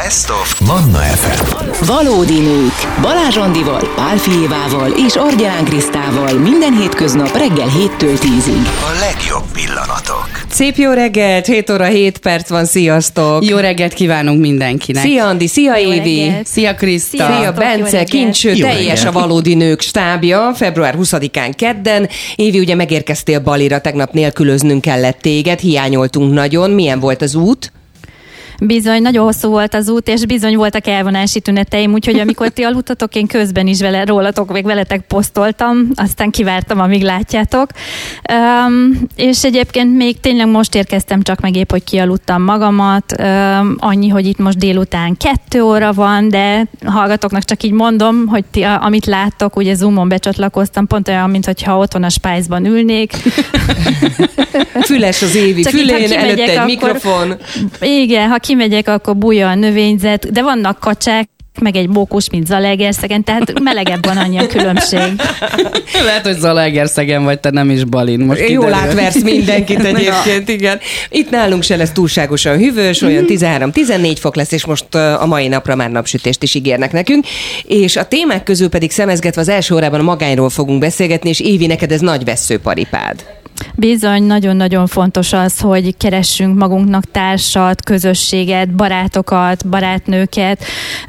Best of Manna FM. Valódi nők. Balázs Andival, Pál Fijévával és Argyán Krisztával minden hétköznap reggel 7-től 10-ig. A legjobb pillanatok. Szép jó reggelt, 7 óra 7 perc van, sziasztok! Jó reggelt kívánunk mindenkinek! Szia Andi, szia Évi! Szia Kriszta! Szia Bence, Kincső, teljes a Valódi Nők stábja, február 20-án kedden. Évi, ugye megérkeztél Balira, tegnap nélkülöznünk kellett téged, hiányoltunk nagyon. Milyen volt az út? Bizony, nagyon hosszú volt az út, és bizony voltak elvonási tüneteim, úgyhogy amikor ti aludtatok, én közben is rólatok, még veletek posztoltam, aztán kivártam, amíg látjátok. És egyébként még tényleg most érkeztem csak meg épp, hogy kialudtam magamat, annyi, hogy itt most délután 2 óra van, de hallgatóknak csak így mondom, hogy ti, amit láttok, ugye Zoomon becsatlakoztam, pont olyan, mintha otthon a Spice-ban ülnék. Füles az Évi csak fülén, itt, előtte egy akkor, mikrofon. Igen, ha kimegyek, akkor bújja a növényzet, de vannak kacsák, meg egy mókus, mint Zalaegerszegen, tehát melegebb van, annyi a különbség. Lehet, hogy Zalaegerszegen vagy, te nem is Balin. Most jól átversz mindenkit egyébként, igen. Itt nálunk se lesz túlságosan hűvös, olyan 13-14 fok lesz, és most a mai napra már napsütést is ígérnek nekünk. És a témák közül pedig szemezgetve az első órában a magányról fogunk beszélgetni, és Évi, neked ez nagy vesszőparipád. Bizony, nagyon-nagyon fontos az, hogy keressünk magunknak társat, közösséget, barátokat, barátnőket.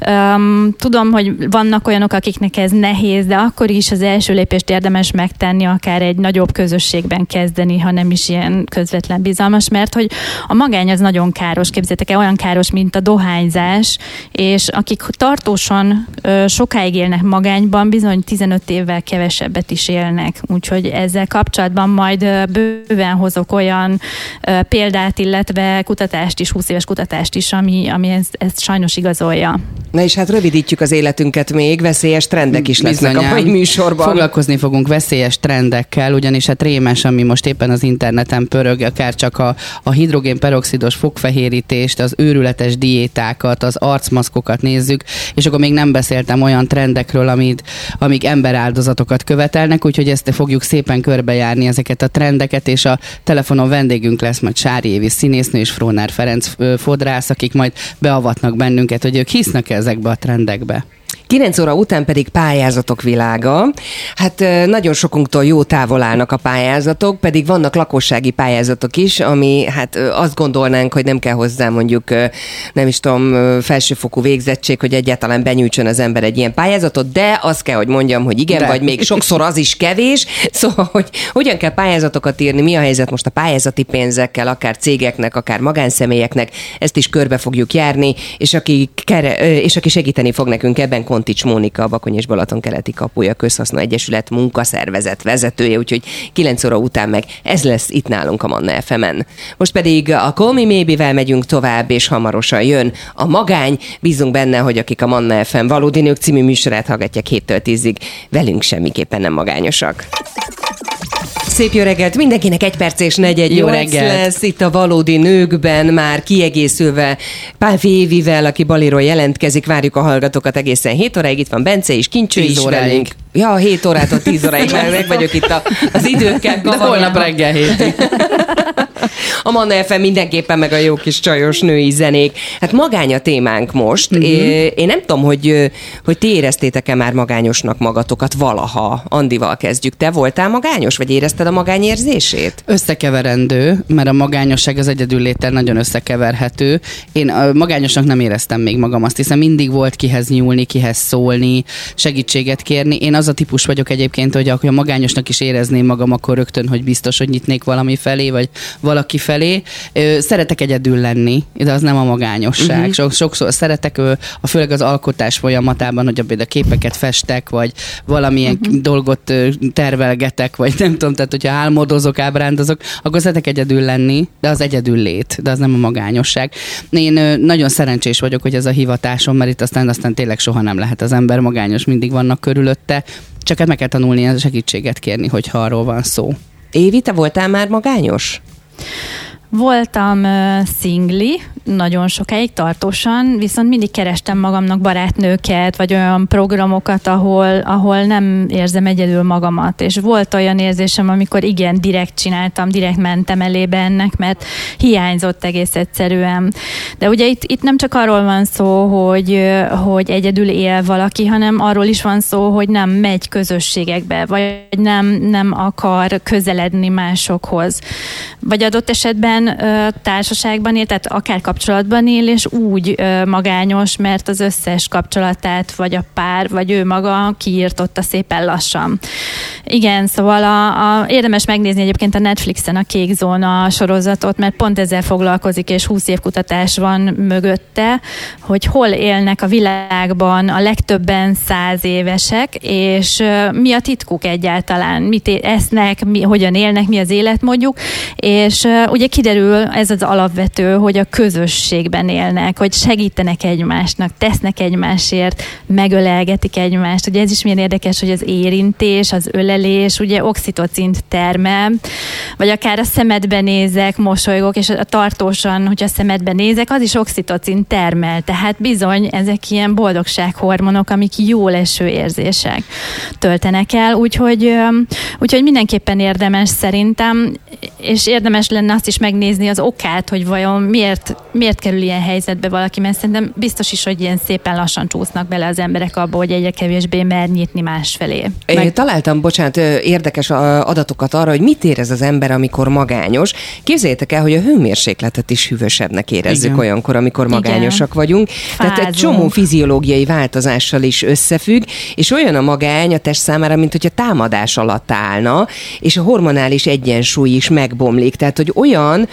Tudom, hogy vannak olyanok, akiknek ez nehéz, de akkor is az első lépést érdemes megtenni, akár egy nagyobb közösségben kezdeni, ha nem is ilyen közvetlen bizalmas, mert hogy a magány az nagyon káros, képzeljétek el, olyan káros, mint a dohányzás, és akik tartósan sokáig élnek magányban, bizony 15 évvel kevesebbet is élnek. Úgyhogy ezzel kapcsolatban majd bőven hozok olyan példát, illetve kutatást is, 20 éves kutatást is, ami ezt sajnos igazolja. Na és hát rövidítjük az életünket még, veszélyes trendek is lesznek a mai műsorban. Foglalkozni fogunk veszélyes trendekkel, ugyanis hát rémes, ami most éppen az interneten pörög, akár csak a hidrogénperoxidos fogfehérítést, az őrületes diétákat, az arcmaszkokat nézzük, és akkor még nem beszéltem olyan trendekről, amik emberáldozatokat követelnek, úgyhogy ezt fogjuk szépen körbejárni, ezeket a trendeket, és a telefonon vendégünk lesz majd Sári Évi színésznő és Frónár Ferenc fodrász, akik majd beavatnak bennünket, hogy ők hisznek ezekbe a trendekbe. 9 óra után pedig pályázatok világa. Hát nagyon sokunktól jó távol állnak a pályázatok, pedig vannak lakossági pályázatok is, ami hát azt gondolnánk, hogy nem kell hozzá mondjuk, nem is tudom, felsőfokú végzettség, hogy egyáltalán benyújtson az ember egy ilyen pályázatot, de azt kell, hogy mondjam, hogy igen, vagy még sokszor az is kevés. Szóval, hogy hogyan kell pályázatokat írni, mi a helyzet most a pályázati pénzekkel, akár cégeknek, akár magánszemélyeknek, ezt is körbe fogjuk járni, és aki segíteni fog nekünk ebben, Kontics Mónika, a Bakony és Balaton-keleti kapuja közhasznú egyesület munkaszervezet vezetője, úgyhogy 9 óra után meg ez lesz itt nálunk a Manna FM-en. Most pedig a Call Me Maybe-vel megyünk tovább, és hamarosan jön a magány. Bízunk benne, hogy akik a Manna FM Valódi Nők című műsorát hallgatják 7-től 10-ig, velünk semmiképpen nem magányosak. Szép jó reggelt mindenkinek, 1 perc és 4:08 lesz itt a Valódi Nőkben, már kiegészülve Pál Évivel, aki Baliról jelentkezik. Várjuk a hallgatókat egészen 7 óráig, itt van Bence és Kincső is velünk. Ja, 7 órától 10 óráig meg vagyok itt az időkkel. De holnap reggel 7-ig. A Manna FM mindenképpen, meg a jó kis csajos női zenék. Hát magány a témánk most. Én nem tudom, hogy ti éreztétek-e már magányosnak magatokat valaha. Andival kezdjük. Te voltál magányos, vagy érezted a magányérzését? Összekeverendő, mert a magányosság az egyedülléttel nagyon összekeverhető. Én magányosnak nem éreztem még magam, azt hiszem mindig volt kihez nyúlni, kihez szólni, segítséget kérni. Én az a típus vagyok egyébként, hogy a magányosnak is érezném magam, akkor rögtön, hogy biztos, hogy nyitnék valami felé, vagy valaki felé. Szeretek egyedül lenni, de az nem a magányosság. Sokszor szeretek, főleg az alkotás folyamatában, hogy például képeket festek, vagy valamilyen dolgot tervelgetek, vagy nem tudom, tehát hogyha álmodozok, ábrándozok, akkor szeretek egyedül lenni, de az egyedül lét, de az nem a magányosság. Én nagyon szerencsés vagyok, hogy ez a hivatásom, mert itt aztán tényleg soha nem lehet az ember magányos, mindig vannak körülötte, csak hát meg kell tanulni a segítséget kérni, hogyha arról van szó. Évi, te voltál már magányos? Voltam szingli, nagyon sokáig tartósan, viszont mindig kerestem magamnak barátnőket, vagy olyan programokat, ahol nem érzem egyedül magamat. És volt olyan érzésem, amikor igen, direkt csináltam, direkt mentem elébe ennek, mert hiányzott egész egyszerűen. De ugye itt nem csak arról van szó, hogy egyedül él valaki, hanem arról is van szó, hogy nem megy közösségekbe, vagy nem akar közeledni másokhoz. Vagy adott esetben társaságban él, tehát akár kapcsolatban él, és úgy magányos, mert az összes kapcsolatát, vagy a pár, vagy ő maga kiirtotta szépen lassan. Igen, szóval érdemes megnézni egyébként a Netflixen a Kék Zóna sorozatot, mert pont ezzel foglalkozik, és 20 év kutatás van mögötte, hogy hol élnek a világban a legtöbben 100 évesek, és mi a titkuk egyáltalán, mit esznek, hogyan élnek, mi az életmódjuk, és ugye kiderül ez az alapvető, hogy a közösségben élnek, hogy segítenek egymásnak, tesznek egymásért, megölelgetik egymást. Ugye ez is milyen érdekes, hogy az érintés, az ölelés, ugye oxitocint termel, vagy akár a szemedbe nézek, mosolygok, és tartósan, hogyha a szemedbe nézek, az is oxitocin termel. Tehát bizony ezek ilyen boldogsághormonok, amik jól eső érzések töltenek el, úgyhogy mindenképpen érdemes szerintem, és érdemes lenne azt is megnézni az okát, hogy vajon miért kerül ilyen helyzetbe valaki, mert szerintem biztos is, hogy ilyen szépen lassan csúsznak bele az emberek abba, hogy egyre kevésbé mer nyitni másfelé. Találtam, bocsánat, érdekes adatokat arra, hogy mit érez az ember, amikor magányos. Képzeljétek el, hogy a hőmérsékletet is hűvösebbnek érezzük. Igen. Olyankor, amikor magányosak vagyunk. Fázunk. Tehát egy csomó fiziológiai változással is összefügg, és olyan a magány a test számára, mint hogyha támadás alatt állna, és a hormonális egyensúly is megbomlik. Tehát, hogy olyan,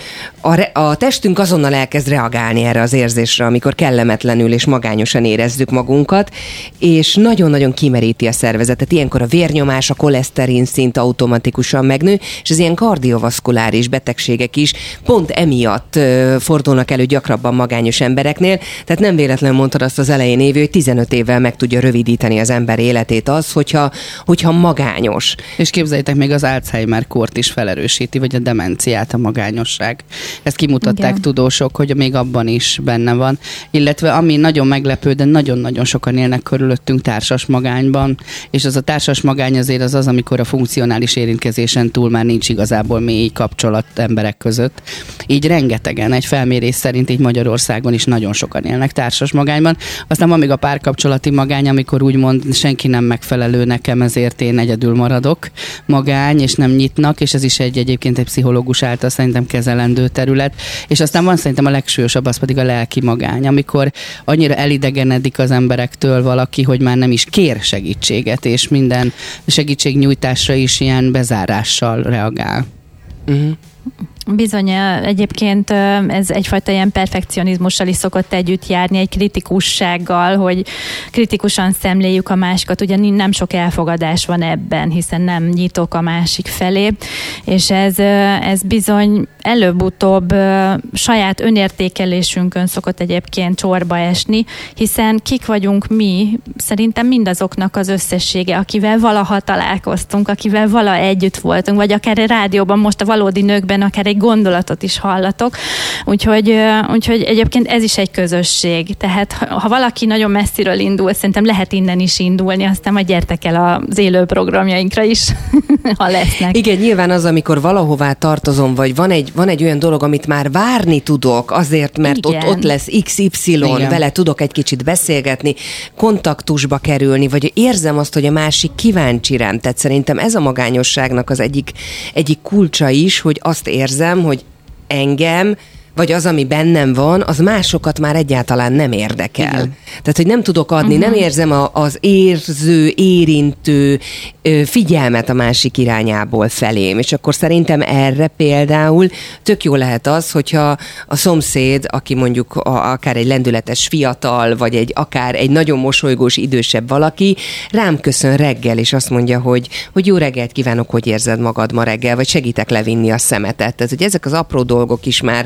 a testünk azonnal elkezd reagálni erre az érzésre, amikor kellemetlenül és magányosan érezzük magunkat, és nagyon-nagyon kimeríti a szervezetet. Ilyenkor a vérnyomás, a koleszterin szint automatikusan megnő, és az ilyen kardiovaszkuláris betegségek is pont emiatt fordulnak elő gyakrabban magányos embereknél. Tehát nem véletlenül mondtad azt az elején, Évi, hogy 15 évvel meg tudja rövidíteni az ember életét az, hogyha magányos. És képzeljétek, még az Alzheimer-kort is felerősíti, vagy a demenciát, a magányosság. Ezt kimutatták tudósok, hogy még abban is benne van. Illetve ami nagyon meglepő, de nagyon-nagyon sokan élnek körülöttünk társas magányban, és az a társas magány azért az, amikor a funkcionális érintkezésen túl már nincs igazából mély kapcsolat emberek között. Így rengetegen, egy felmérés szerint így Magyarországon is nagyon sokan élnek társas magányban. Aztán van még a párkapcsolati magány, amikor úgymond senki nem megfelelő nekem, ezért én egyedül maradok magány, és nem nyitnak, és ez is egyébként egy pszichológus által szerintem kezelendő terület. És aztán van szerintem a legsúlyosabb, az pedig a lelki magány, amikor annyira elidegenedik az emberektől valaki, hogy már nem is kér segítséget, és minden segítségnyújtásra is ilyen bezárással reagál. Uh-huh. Bizony, egyébként ez egyfajta ilyen perfekcionizmussal is szokott együtt járni, egy kritikussággal, hogy kritikusan szemléljük a másikat. Ugye nem sok elfogadás van ebben, hiszen nem nyitok a másik felé, és ez bizony előbb-utóbb saját önértékelésünkön szokott egyébként csorba esni, hiszen kik vagyunk mi, szerintem mindazoknak az összessége, akivel valaha találkoztunk, akivel vala együtt voltunk, vagy akár egy rádióban, most a Valódi Nőkben akár egy gondolatot is hallatok. Úgyhogy egyébként ez is egy közösség. Tehát ha valaki nagyon messziről indul, szerintem lehet innen is indulni, aztán majd gyertek el az élő programjainkra is, ha lesznek. Igen, nyilván az, amikor valahová tartozom, vagy van egy olyan dolog, amit már várni tudok, azért, mert ott lesz XY, igen, vele tudok egy kicsit beszélgetni, kontaktusba kerülni, vagy érzem azt, hogy a másik kíváncsi rám. Tehát szerintem ez a magányosságnak az egyik kulcsa is, hogy azt érzem, hogy engem, vagy az, ami bennem van, az másokat már egyáltalán nem érdekel. Igen. Tehát, hogy nem tudok adni, nem érzem az érző, érintő figyelmet a másik irányából felém. És akkor szerintem erre például tök jó lehet az, hogyha a szomszéd, aki mondjuk akár egy lendületes fiatal, vagy akár egy nagyon mosolygós, idősebb valaki, rám köszön reggel, és azt mondja, hogy jó reggelt kívánok, hogy érzed magad ma reggel, vagy segítek levinni a szemetet. Tehát, hogy ezek az apró dolgok is már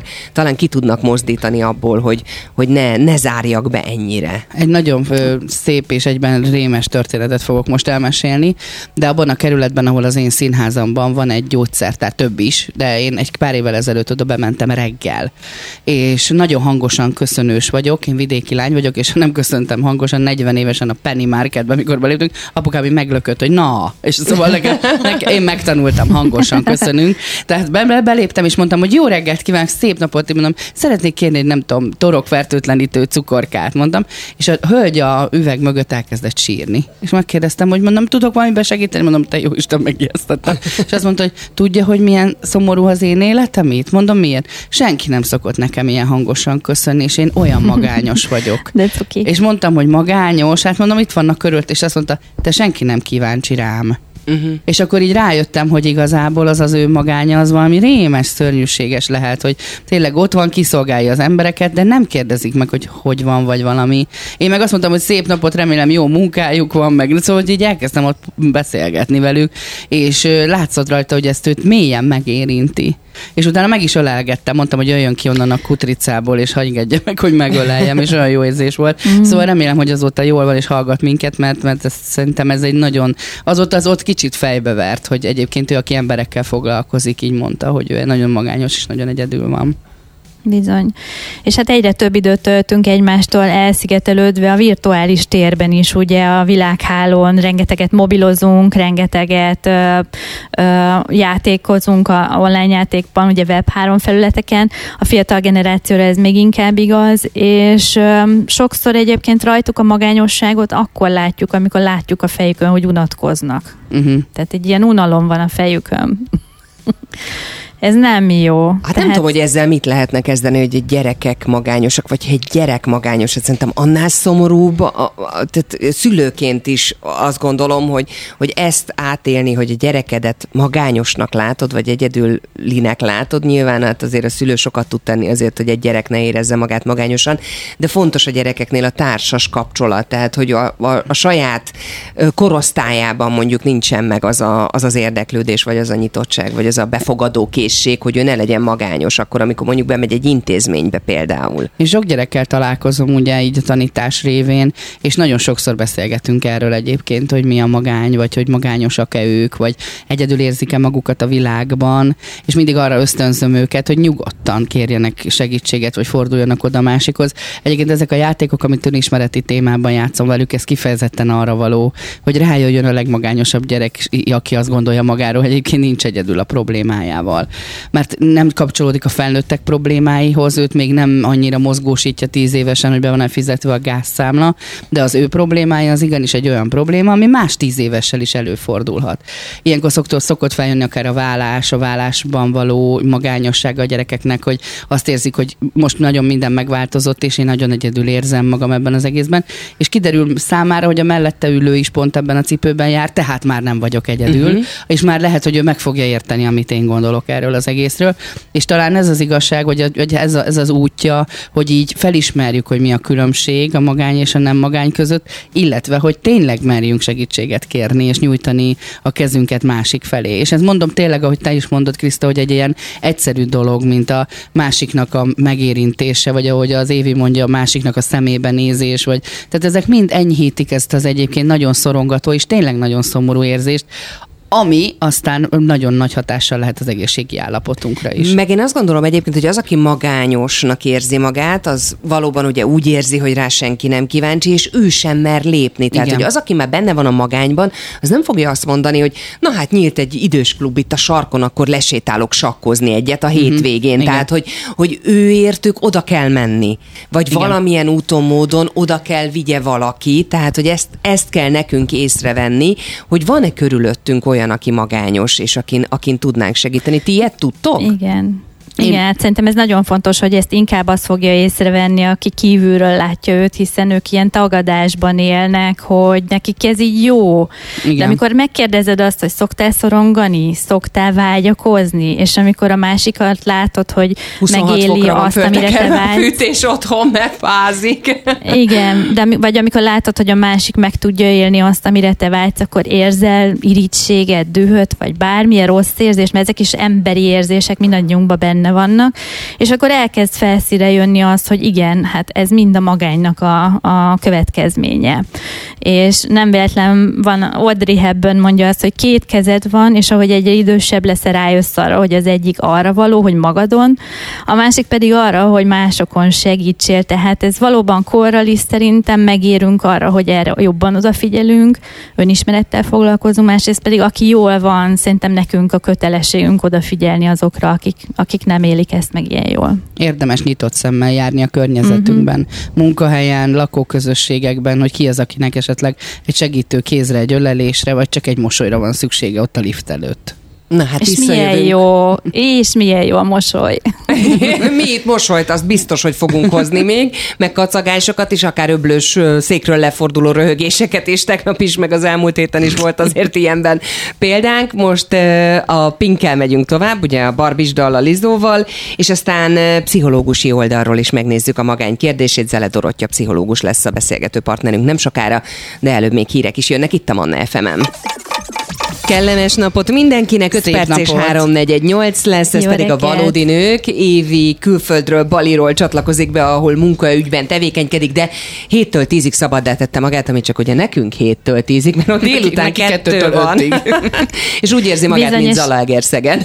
talán ki tudnak mozdítani abból, hogy ne zárjak be ennyire. Egy nagyon szép és egyben rémes történetet fogok most elmesélni, de abban a kerületben, ahol az én színházamban van egy gyógyszertár, több is, de én egy pár évvel ezelőtt oda bementem reggel. És nagyon hangosan köszönős vagyok, én vidéki lány vagyok, és nem köszöntem hangosan 40 évesen a Penny Marketben, amikor beléptünk, apukám így meglökött, hogy na, és szóval én megtanultam hangosan köszönünk. Tehát beléptem, és mondtam, hogy jó reggelt kívánok, szép napot, én mondom, szeretnék kérni egy, nem tudom, torokfertőtlenítő cukorkát, mondtam, és a hölgy a üveg mögött elkezdett sírni. És megkérdeztem, hogy mondom, tudok valamiben segíteni? Mondom, te jó Isten, megijesztettem. És azt mondta, hogy tudja, hogy milyen szomorú az én életem itt? Mondom, miért? Senki nem szokott nekem ilyen hangosan köszönni, és én olyan magányos vagyok. De cuki. És mondtam, hogy magányos, hát mondom, itt vannak körült, és azt mondta, te senki nem kíváncsi rám. És akkor így rájöttem, hogy igazából az ő magánya az valami rémes, szörnyűséges lehet, hogy tényleg ott van, kiszolgálja az embereket, de nem kérdezik meg, hogy van, vagy valami. Én meg azt mondtam, hogy szép napot, remélem jó munkájuk van, meg szóval hogy így elkezdtem ott beszélgetni velük, és látszott rajta, hogy ezt őt mélyen megérinti. És utána meg is ölelgettem, mondtam, hogy jöjjön ki onnan a kutricából, és hagyj meg, hogy megöleljem, és olyan jó érzés volt. Szóval remélem, hogy azóta jól van, és hallgat minket, mert szerintem ez egy nagyon, azóta az ott kicsit fejbevert, hogy egyébként ő, aki emberekkel foglalkozik, így mondta, hogy ő nagyon magányos, és nagyon egyedül van. Bizony. És hát egyre több időt töltünk egymástól elszigetelődve a virtuális térben is, ugye a világhálón rengeteget mobilozunk, rengeteget játékozunk a online játékban, ugye Web3 felületeken. A fiatal generációra ez még inkább igaz, és sokszor egyébként rajtuk a magányosságot akkor látjuk, amikor látjuk a fejükön, hogy unatkoznak. Tehát egy ilyen unalom van a fejükön. Ez nem jó. Hát nem tudom, hogy ezzel mit lehetne kezdeni, hogy egy gyerekek magányosak, vagy egy gyerek magányos. Hát szerintem annál szomorúbb, tehát szülőként is azt gondolom, hogy ezt átélni, hogy a gyerekedet magányosnak látod, vagy egyedülinek látod. Nyilván hát azért a szülő sokat tud tenni azért, hogy egy gyerek ne érezze magát magányosan, de fontos a gyerekeknél a társas kapcsolat, tehát hogy a saját korosztályában mondjuk nincsen meg az érdeklődés, vagy az a nyitottság, vagy az a befogadó készség, hogy ő ne legyen magányos akkor, amikor mondjuk bemegy egy intézménybe például. És sok gyerekkel találkozom ugye így a tanítás révén, és nagyon sokszor beszélgetünk erről egyébként, hogy mi a magány, vagy hogy magányosak-e ők, vagy egyedül érzik-e magukat a világban, és mindig arra ösztönzöm őket, hogy nyugodtan kérjenek segítséget, vagy forduljanak oda a másikhoz. Egyébként ezek a játékok, amit önismereti témában játszom velük, ez kifejezetten arra való, hogy rájöjjön a legmagányosabb gyerek, aki azt gondolja magáról, hogy egyébként nincs egyedül a problémájával. Mert nem kapcsolódik a felnőttek problémáihoz, őt még nem annyira mozgósítja 10 évesen, hogy be van fizetve a gázszámla, de az ő problémája az igenis egy olyan probléma, ami más 10 évessel is előfordulhat. Ilyenkor szokott feljönni akár a vállásban való magányossága a gyerekeknek, hogy azt érzik, hogy most nagyon minden megváltozott, és én nagyon egyedül érzem magam ebben az egészben, és kiderül számára, hogy a mellette ülő is pont ebben a cipőben jár, tehát már nem vagyok egyedül, és már lehet, hogy ő meg fogja érteni, amit én gondolok erről az egészről, és talán ez az igazság, hogy ez az útja, hogy így felismerjük, hogy mi a különbség a magány és a nem magány között, illetve, hogy tényleg merjünk segítséget kérni, és nyújtani a kezünket másik felé. És ezt mondom tényleg, ahogy te is mondod, Kriszta, hogy egy ilyen egyszerű dolog, mint a másiknak a megérintése, vagy ahogy az Évi mondja, a másiknak a szemébe nézés, vagy tehát ezek mind enyhítik ezt az egyébként nagyon szorongató és tényleg nagyon szomorú érzést, ami aztán nagyon nagy hatással lehet az egészségi állapotunkra is. Meg én azt gondolom egyébként, hogy az, aki magányosnak érzi magát, az valóban ugye úgy érzi, hogy rá senki nem kíváncsi, és ő sem mer lépni. Tehát, hogy az, aki már benne van a magányban, az nem fogja azt mondani, hogy na hát nyílt egy idős klub itt a sarkon, akkor lesétálok sakkozni egyet a hétvégén. Igen. Tehát, hogy ő értük oda kell menni. Vagy valamilyen úton, módon oda kell vigye valaki. Tehát, hogy ezt kell nekünk észrevenni, hogy van-e körülöttünk olyan, aki magányos, és akin tudnánk segíteni. Ti ilyet tudtok? Igen. Igen, hát szerintem ez nagyon fontos, hogy ezt inkább azt fogja észrevenni, aki kívülről látja őt, hiszen ők ilyen tagadásban élnek, hogy nekik ez így jó. Igen. De amikor megkérdezed azt, hogy szoktál szorongani, szoktál vágyakozni, és amikor a másikat látod, hogy megéli azt, amire te vágysz. Fűtés otthon megfázik. Igen, vagy amikor látod, hogy a másik meg tudja élni azt, amire te vágysz, akkor érzel irítséget, dühöt, vagy bármilyen rossz érzés, mert ezek is emberi érzések mindannyiunkban benne benne vannak, és akkor elkezd felszínre jönni az, hogy igen, hát ez mind a magánynak a következménye. És nem véletlen van, Audrey Hepburn mondja azt, hogy 2 kezed van, és ahogy egyre idősebb lesz, rájössz arra, hogy az egyik arra való, hogy magadon, a másik pedig arra, hogy másokon segítsél. Tehát ez valóban korral is szerintem megérünk arra, hogy erre jobban odafigyelünk, önismerettel foglalkozunk, másrészt pedig aki jól van, szerintem nekünk a kötelességünk odafigyelni azokra, akik nem élik ezt meg ilyen jól. Érdemes nyitott szemmel járni a környezetünkben, munkahelyen, lakóközösségekben, hogy ki az, akinek esetleg egy segítő kézre, egy ölelésre, vagy csak egy mosolyra van szüksége ott a lift előtt. Na hát és milyen jó a mosoly. Mi itt mosolyt, azt biztos, hogy fogunk hozni még, meg kacagásokat is, akár öblös székről leforduló röhögéseket is, tegnap is, meg az elmúlt héten is volt azért ilyenben példánk. Most a Pinkkel megyünk tovább, ugye a Barbisdal, a Lizóval, és aztán pszichológusi oldalról is megnézzük a magány kérdését. Zele Dorottya pszichológus lesz a beszélgető partnerünk nem sokára, de előbb még hírek is jönnek itt a Manna FM-en. Kellemes napot mindenkinek, 5 perc és 3:48 lesz, ez jó pedig reggelt. a Valódi Nők. Évi külföldről, Baliról csatlakozik be, ahol munkaügyben tevékenykedik, de 7-től 10-ig szabaddá tette magát, amit csak ugye nekünk 7-től 10-ig, mert ott délután Neki 2 van. És úgy érzi magát, Bizonyos. mint Zalaegerszegen.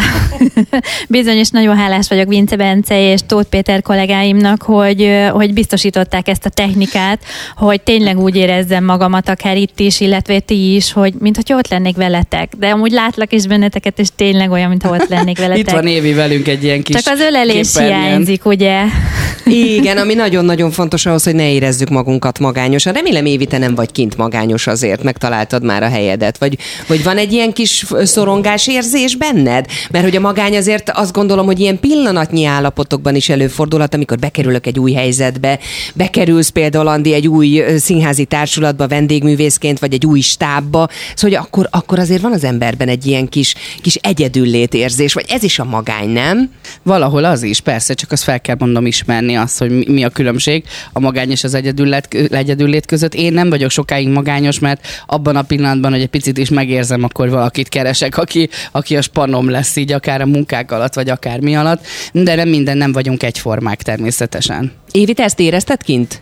Bizony, és nagyon hálás vagyok Vince Bence és Tóth Péter kollégáimnak, hogy biztosították ezt a technikát, hogy tényleg úgy érezzem magamat, akár itt is, illetve ti is, hogy mintha ott lennék veletek. De amúgy látlak is benneteket, és tényleg olyan, mintha ott lennék veletek. Itt van Évi velünk egy ilyen kis csak az ölelés képernyőn. hiányzik, ugye? Igen, ami nagyon-nagyon fontos ahhoz, hogy ne érezzük magunkat magányosan. Remélem, Évi, te nem vagy kint magányos azért, megtaláltad már a helyedet. Vagy van egy ilyen kis szorongás érzés benned? Mert hogy a magány azért azt gondolom, hogy ilyen pillanatnyi állapotokban is előfordulhat, amikor bekerülök egy új helyzetbe, bekerülsz például, Andi, egy új színházi társulatba vendégművészként, vagy egy új stábba, szóval hogy akkor azért van az emberben egy ilyen kis egyedüllét érzés, vagy ez is a magány, nem? Valahol az is, persze, csak azt fel kell mondom ismerni azt, hogy mi a különbség a magány és az egyedüllét között. Én nem vagyok sokáig magányos, mert abban a pillanatban, hogy egy picit is megérzem, akkor valakit keresek, aki a spanom lesz így akár a munkák alatt, vagy akár mi alatt, de nem vagyunk egyformák természetesen. Évi, te ezt érezted kint?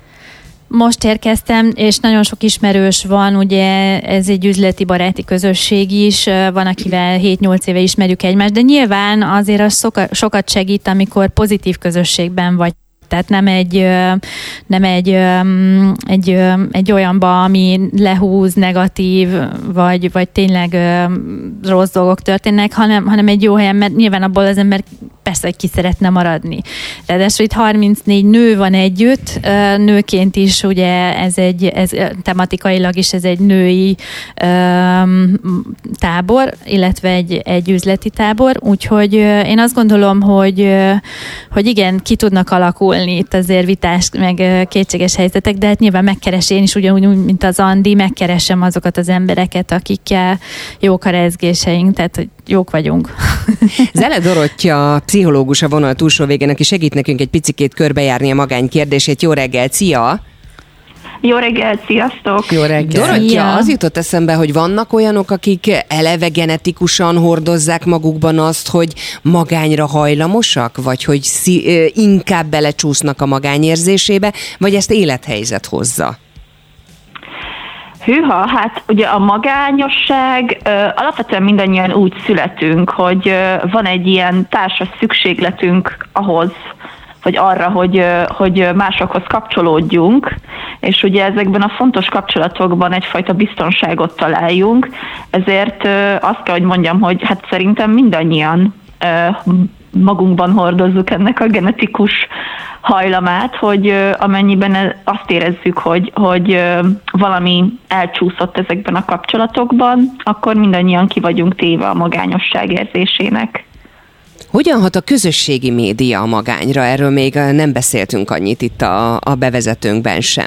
Most érkeztem, és nagyon sok ismerős van, ugye ez egy üzleti baráti közösség is, van, akivel 7-8 éve ismerjük egymást, de nyilván azért az sokat segít, amikor pozitív közösségben vagy. Tehát nem egy olyanba, ami lehúz, negatív, vagy tényleg rossz dolgok történnek, hanem egy jó helyen, mert nyilván abból az ember persze, hogy ki szeretne maradni. Ráadásul itt 34 nő van együtt, nőként is ugye ez tematikailag is ez egy női tábor, illetve egy üzleti tábor, úgyhogy én azt gondolom, hogy igen, ki tudnak alakulni itt azért vitás, meg kétséges helyzetek, de hát nyilván megkeresi, én is ugyanúgy, mint az Andi, megkeresem azokat az embereket, akikkel jók a rezgéseink, tehát hogy jók vagyunk. Zele Dorottya, pszichológus a vonal túlsó végén, aki segít nekünk egy picikét körbejárni a magány kérdését. Jó reggelt, szia! Jó reggelt, sziasztok! Jó reggelt! Dorottya, Szia. az jutott eszembe, hogy vannak olyanok, akik eleve genetikusan hordozzák magukban azt, hogy magányra hajlamosak, vagy hogy inkább belecsúsznak a magányérzésébe, vagy ezt élethelyzet hozza? Hűha, hát ugye a magányosság, alapvetően mindannyian úgy születünk, hogy van egy ilyen társas szükségletünk ahhoz, vagy arra, hogy másokhoz kapcsolódjunk, és ugye ezekben a fontos kapcsolatokban egyfajta biztonságot találjunk, ezért azt kell, hogy mondjam, hogy hát szerintem mindannyian magunkban hordozzuk ennek a genetikus hajlamát, hogy amennyiben azt érezzük, hogy valami elcsúszott ezekben a kapcsolatokban, akkor mindannyian ki vagyunk téve a magányosság érzésének. Hogyan hat a közösségi média a magányra? Erről még nem beszéltünk annyit itt a bevezetőnkben sem.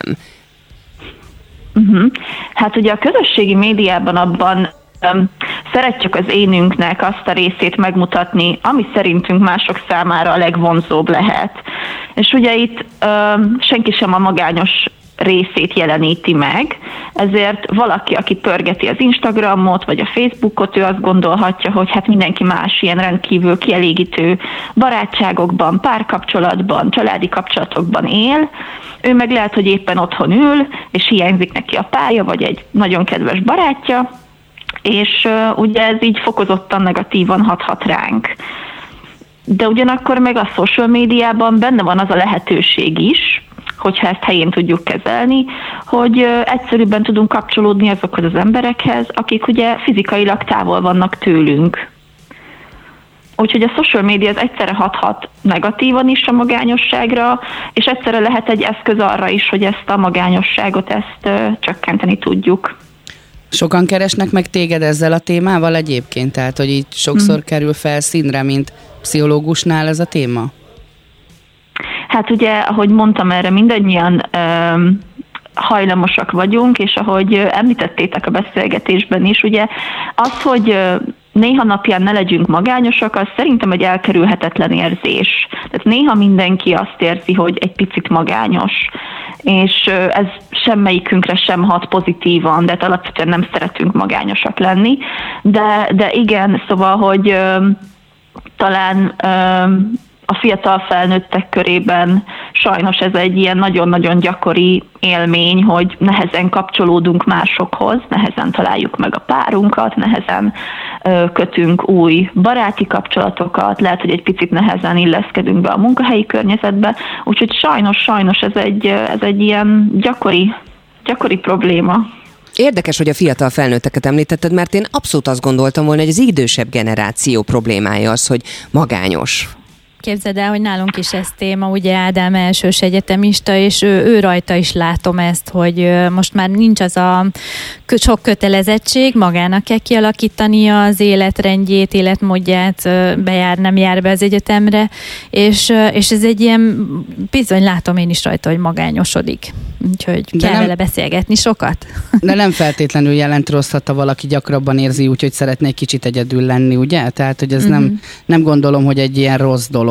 Hát ugye a közösségi médiában abban szeretjük az énünknek azt a részét megmutatni, ami szerintünk mások számára a legvonzóbb lehet. És ugye itt senki sem a magányos részét jeleníti meg, Ezért valaki, aki pörgeti az Instagramot, vagy a Facebookot, ő azt gondolhatja, hogy hát mindenki más ilyen rendkívül kielégítő barátságokban, párkapcsolatban, családi kapcsolatokban él, ő meg lehet, hogy éppen otthon ül, és hiányzik neki a párja, vagy egy nagyon kedves barátja, és ugye ez így fokozottan negatívan hathat ránk. De ugyanakkor meg a social médiában benne van az a lehetőség is, hogyha ezt helyén tudjuk kezelni, hogy egyszerűbben tudunk kapcsolódni azokhoz az emberekhez, akik ugye fizikailag távol vannak tőlünk. Úgyhogy a social media az egyszerre hathat negatívan is a magányosságra, és egyszerre lehet egy eszköz arra is, hogy ezt a magányosságot csökkenteni tudjuk. Sokan keresnek meg téged ezzel a témával egyébként? Tehát, hogy így sokszor kerül fel színre, mint pszichológusnál ez a téma? Hát ugye, ahogy mondtam, erre mindannyian hajlamosak vagyunk, és ahogy említettétek a beszélgetésben is, ugye az, hogy néha napján ne legyünk magányosak, az szerintem egy elkerülhetetlen érzés. Tehát néha mindenki azt érzi, hogy egy picit magányos, és ez semmelyikünkre sem hat pozitívan, de alapvetően nem szeretünk magányosak lenni. De igen, szóval, hogy talán a fiatal felnőttek körében sajnos ez egy ilyen nagyon-nagyon gyakori élmény, hogy nehezen kapcsolódunk másokhoz, nehezen találjuk meg a párunkat, nehezen kötünk új baráti kapcsolatokat, lehet, hogy egy picit nehezen illeszkedünk be a munkahelyi környezetbe, úgyhogy sajnos ez egy ilyen gyakori probléma. Érdekes, hogy a fiatal felnőtteket említetted, mert én abszolút azt gondoltam volna, hogy az idősebb generáció problémája az, hogy magányos. Képzeld el, hogy nálunk is ez téma, ugye Ádám elsős egyetemista, és ő rajta is látom ezt, hogy most már nincs az a sok kötelezettség, magának kell kialakítania az életrendjét, életmódját, bejár, nem jár be az egyetemre, és ez egy ilyen, bizony látom én is rajta, hogy magányosodik. Úgyhogy kell vele beszélgetni sokat. De nem feltétlenül jelent rosszat, ha valaki gyakrabban érzi úgy, hogy szeretne egy kicsit egyedül lenni, ugye? Tehát, hogy ez nem gondolom, hogy egy ilyen rossz dolog.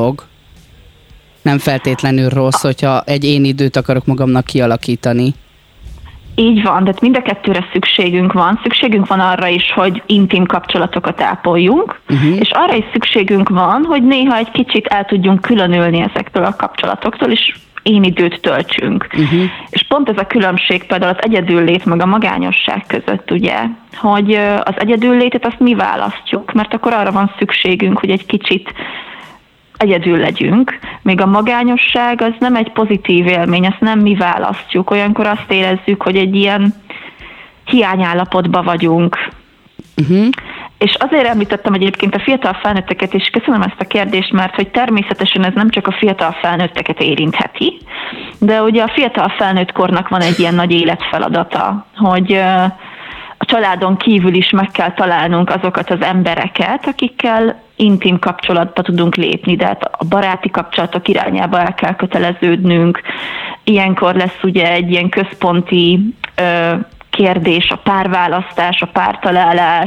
Nem feltétlenül rossz, hogyha egy én időt akarok magamnak kialakítani. Így van, de mind a kettőre szükségünk van. Szükségünk van arra is, hogy intim kapcsolatokat ápoljunk, és arra is szükségünk van, hogy néha egy kicsit el tudjunk különülni ezektől a kapcsolatoktól, és én időt töltsünk. És pont ez a különbség például az egyedüllét meg a magányosság között, ugye, hogy az egyedüllétet azt mi választjuk, mert akkor arra van szükségünk, hogy egy kicsit egyedül legyünk, még a magányosság az nem egy pozitív élmény, ezt nem mi választjuk, olyankor azt érezzük, hogy egy ilyen hiányállapotban vagyunk. És azért említettem egyébként a fiatal felnőtteket, és köszönöm ezt a kérdést, mert hogy természetesen ez nem csak a fiatal felnőtteket érintheti, de ugye a fiatal felnőttkornak van egy ilyen nagy életfeladata, hogy a családon kívül is meg kell találnunk azokat az embereket, akikkel intim kapcsolatba tudunk lépni, de hát a baráti kapcsolatok irányába el kell köteleződnünk. Ilyenkor lesz ugye egy ilyen központi kérdés, a párválasztás, a pártalálás,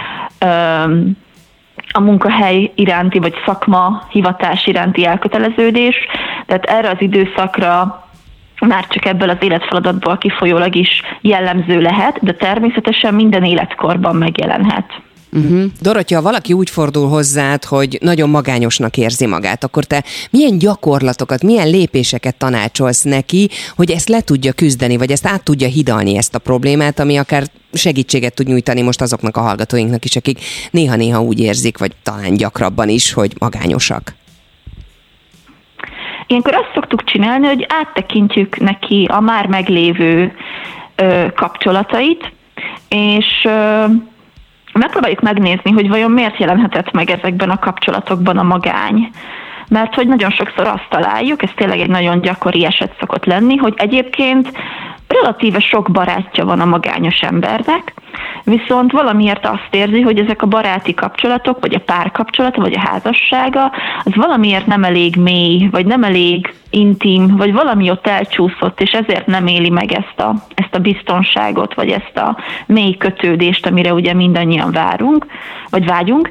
a munkahely iránti, vagy szakma, hivatás iránti elköteleződés. Tehát erre az időszakra már csak ebből az életfeladatból kifolyólag is jellemző lehet, de természetesen minden életkorban megjelenhet. Dorottya, ha valaki úgy fordul hozzád, hogy nagyon magányosnak érzi magát, akkor te milyen gyakorlatokat, milyen lépéseket tanácsolsz neki, hogy ezt le tudja küzdeni, vagy ezt át tudja hidalni, ezt a problémát, ami akár segítséget tud nyújtani most azoknak a hallgatóinknak is, akik néha-néha úgy érzik, vagy talán gyakrabban is, hogy magányosak? Ilyenkor azt szoktuk csinálni, hogy áttekintjük neki a már meglévő kapcsolatait, és megpróbáljuk megnézni, hogy vajon miért jelenhetett meg ezekben a kapcsolatokban a magány. Mert hogy nagyon sokszor azt találjuk, ez tényleg egy nagyon gyakori eset szokott lenni, hogy egyébként relatíve sok barátja van a magányos embernek, viszont valamiért azt érzi, hogy ezek a baráti kapcsolatok, vagy a párkapcsolata, vagy a házassága, az valamiért nem elég mély, vagy nem elég intim, vagy valami ott elcsúszott, és ezért nem éli meg ezt a biztonságot, vagy ezt a mély kötődést, amire ugye mindannyian várunk, vagy vágyunk,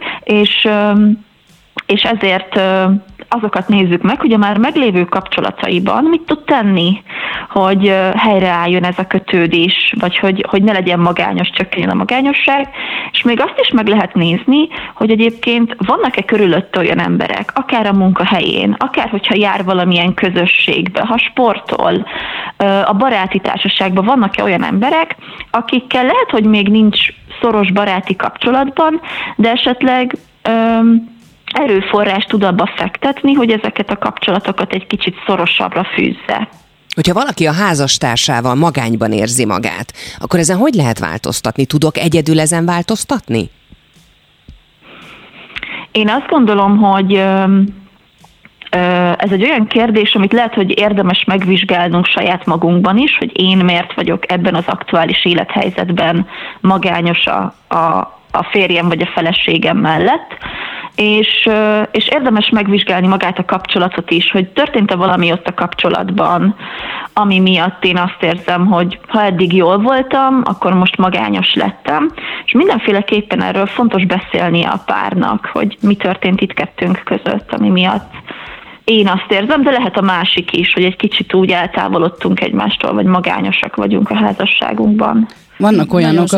és ezért azokat nézzük meg, hogy a már meglévő kapcsolataiban mit tud tenni, hogy helyreálljon ez a kötődés, vagy hogy ne legyen magányos, csökkenjen a magányosság, és még azt is meg lehet nézni, hogy egyébként vannak-e körülött olyan emberek, akár a munkahelyén, akár hogyha jár valamilyen közösségbe, ha sportol, a baráti társaságban vannak-e olyan emberek, akikkel lehet, hogy még nincs szoros baráti kapcsolatban, de esetleg erőforrás tud abba fektetni, hogy ezeket a kapcsolatokat egy kicsit szorosabbra fűzze. Hogyha valaki a házastársával magányban érzi magát, akkor ezen hogy lehet változtatni? Tudok egyedül ezen változtatni? Én azt gondolom, hogy ez egy olyan kérdés, amit lehet, hogy érdemes megvizsgálnunk saját magunkban is, hogy én miért vagyok ebben az aktuális élethelyzetben magányos a férjem vagy a feleségem mellett, és érdemes megvizsgálni magát a kapcsolatot is, hogy történt-e valami ott a kapcsolatban, ami miatt én azt érzem, hogy ha eddig jól voltam, akkor most magányos lettem, és mindenféleképpen erről fontos beszélnie a párnak, hogy mi történt itt kettőnk között, ami miatt én azt érzem, de lehet a másik is, hogy egy kicsit úgy eltávolodtunk egymástól, vagy magányosak vagyunk a házasságunkban. Vannak olyanok,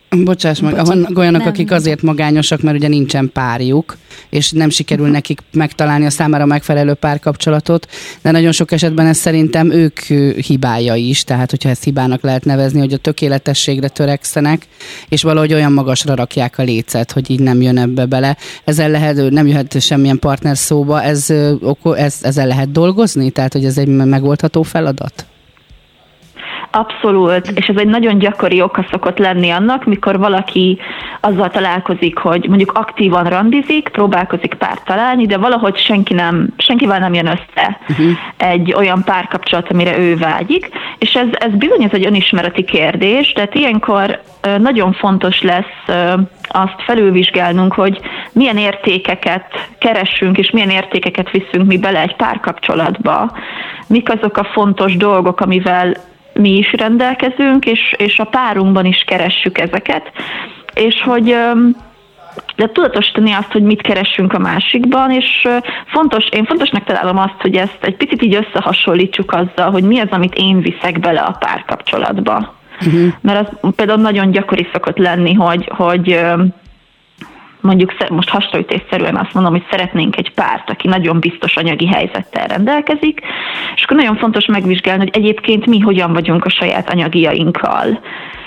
akik azért magányosak, mert ugye nincsen párjuk, és nem sikerül nekik megtalálni a számára megfelelő párkapcsolatot, de nagyon sok esetben ez szerintem ők hibája is, tehát hogyha ezt hibának lehet nevezni, hogy a tökéletességre törekszenek, és valahogy olyan magasra rakják a lécet, hogy így nem jön ebbe bele. Ezzel nem jöhet semmilyen partner szóba, ezzel lehet dolgozni? Tehát, hogy ez egy megoldható feladat? Abszolút, és ez egy nagyon gyakori oka szokott lenni annak, mikor valaki azzal találkozik, hogy mondjuk aktívan randizik, próbálkozik párt találni, de valahogy senkivel nem jön össze egy olyan párkapcsolat, amire ő vágyik, és ez bizony ez egy önismereti kérdés, tehát ilyenkor nagyon fontos lesz azt felülvizsgálnunk, hogy milyen értékeket keressünk, és milyen értékeket viszünk mi bele egy párkapcsolatba, mik azok a fontos dolgok, amivel mi is rendelkezünk, és a párunkban is keressük ezeket, és hogy de tudatosítani azt, hogy mit keressünk a másikban, és én fontosnak találom azt, hogy ezt egy picit így összehasonlítsuk azzal, hogy mi az, amit én viszek bele a párkapcsolatba. Mert az például nagyon gyakori szokott lenni, hogy mondjuk most hasonlítésszerűen azt mondom, hogy szeretnénk egy párt, aki nagyon biztos anyagi helyzettel rendelkezik, és akkor nagyon fontos megvizsgálni, hogy egyébként mi hogyan vagyunk a saját anyagiainkkal.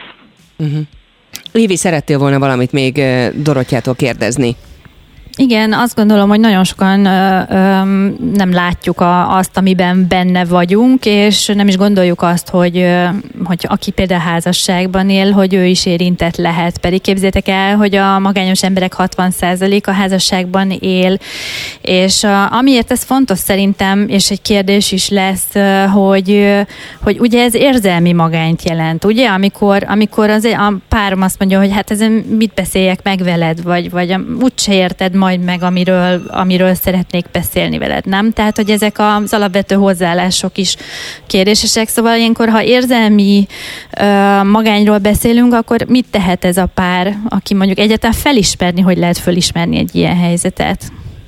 Évi, szerettél volna valamit még Dorottyától kérdezni? Igen, azt gondolom, hogy nagyon sokan nem látjuk azt, amiben benne vagyunk, és nem is gondoljuk azt, hogy aki például házasságban él, hogy ő is érintett lehet. Pedig képzeljétek el, hogy a magányos emberek 60% a házasságban él, és amiért ez fontos szerintem, és egy kérdés is lesz, hogy ugye ez érzelmi magányt jelent, ugye? Amikor a párom azt mondja, hogy hát ezen mit beszéljek meg veled, vagy úgyse érted majd meg, amiről szeretnék beszélni veled, nem? Tehát, hogy ezek az alapvető hozzáállások is kérdésesek. Szóval ilyenkor, ha érzelmi magányról beszélünk, akkor mit tehet ez a pár, aki mondjuk egyáltalán felismerni, hogy lehet felismerni egy ilyen helyzetet?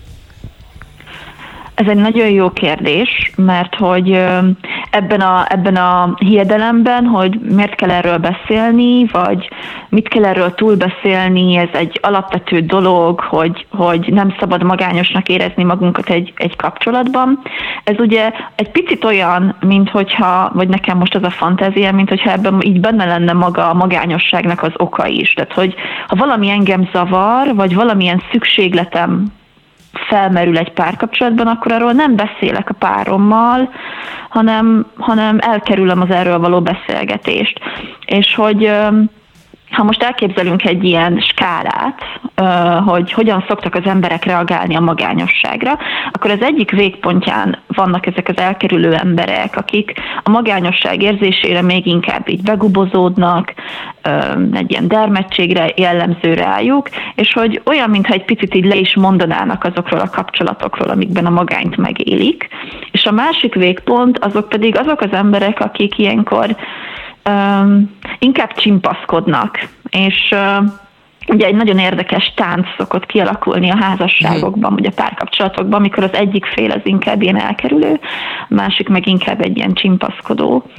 Ez egy nagyon jó kérdés, mert hogy ebben a hiedelemben, hogy miért kell erről beszélni, vagy mit kell erről túlbeszélni, ez egy alapvető dolog, hogy nem szabad magányosnak érezni magunkat egy kapcsolatban. Ez ugye egy picit olyan, mint hogyha, vagy nekem most az a fantázia, mint hogyha ebben így benne lenne maga a magányosságnak az oka is. Tehát, hogy ha valami engem zavar, vagy valamilyen szükségletem felmerül egy párkapcsolatban, akkor arról nem beszélek a párommal, hanem elkerülöm az erről való beszélgetést. És hogy ha most elképzelünk egy ilyen skálát, hogy hogyan szoktak az emberek reagálni a magányosságra, akkor az egyik végpontján vannak ezek az elkerülő emberek, akik a magányosság érzésére még inkább így begubozódnak, egy ilyen dermedtségre jellemző rájuk, és hogy olyan, mintha egy picit így le is mondanának azokról a kapcsolatokról, amikben a magányt megélik. És a másik végpont azok pedig azok az emberek, akik ilyenkor inkább csimpaszkodnak, és ugye egy nagyon érdekes tánc szokott kialakulni a házasságokban, vagy a párkapcsolatokban, amikor az egyik fél az inkább ilyen elkerülő, a másik meg inkább egy ilyen csimpaszkodó.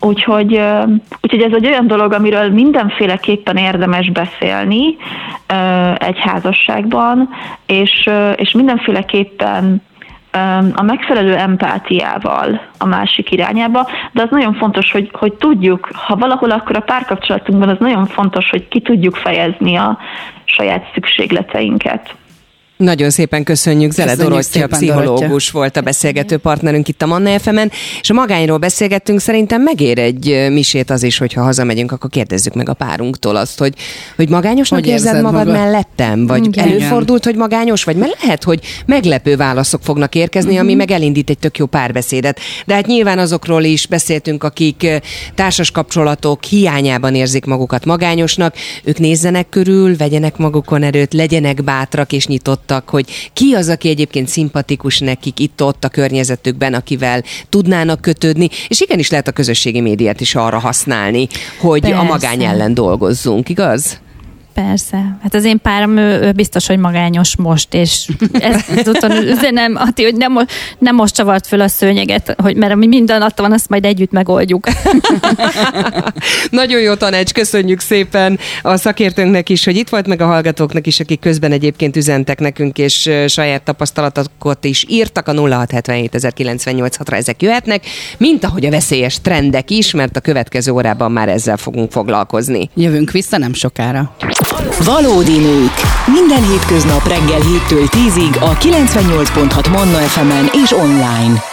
Úgyhogy ez egy olyan dolog, amiről mindenféleképpen érdemes beszélni egy házasságban, és mindenféleképpen a megfelelő empátiával a másik irányába, de az nagyon fontos, hogy tudjuk, ha valahol, akkor a párkapcsolatunkban az nagyon fontos, hogy ki tudjuk fejezni a saját szükségleteinket. Nagyon szépen köszönjük. Zele Dorottya, pszichológus volt a beszélgető partnerünk itt a Manna FM-en, és a magányról beszélgettünk, szerintem megér egy misét az is, hogyha hazamegyünk, akkor kérdezzük meg a párunktól azt, hogy magányosnak hogy érzed magad mellettem? Vagy igen. Előfordult, hogy magányos vagy? Mert lehet, hogy meglepő válaszok fognak érkezni, ami meg elindít egy tök jó párbeszédet. De hát nyilván azokról is beszéltünk, akik társas kapcsolatok hiányában érzik magukat magányosnak, ők nézzenek körül, vegyenek magukon erőt, legyenek bátrak és nyitottak, hogy ki az, aki egyébként szimpatikus nekik itt-ott a környezetükben, akivel tudnának kötődni, és igenis lehet a közösségi médiát is arra használni, hogy persze. A magány ellen dolgozzunk, igaz? Persze. Hát az én párom, ő biztos, hogy magányos most, és ezt üzenem, Ati, hogy nem most csavart föl a szőnyeget, mert ami minden adta van, azt majd együtt megoldjuk. Nagyon jó tanács, köszönjük szépen a szakértőnknek is, hogy itt volt, meg a hallgatóknak is, akik közben egyébként üzentek nekünk, és saját tapasztalatokat is írtak, a 0677 ezek jöhetnek, mint ahogy a veszélyes trendek is, mert a következő órában már ezzel fogunk foglalkozni. Jövünk vissza nem sokára. Valódi nők. Minden hétköznap reggel 7-től 10-ig a 98.6 Manna FM-en és online.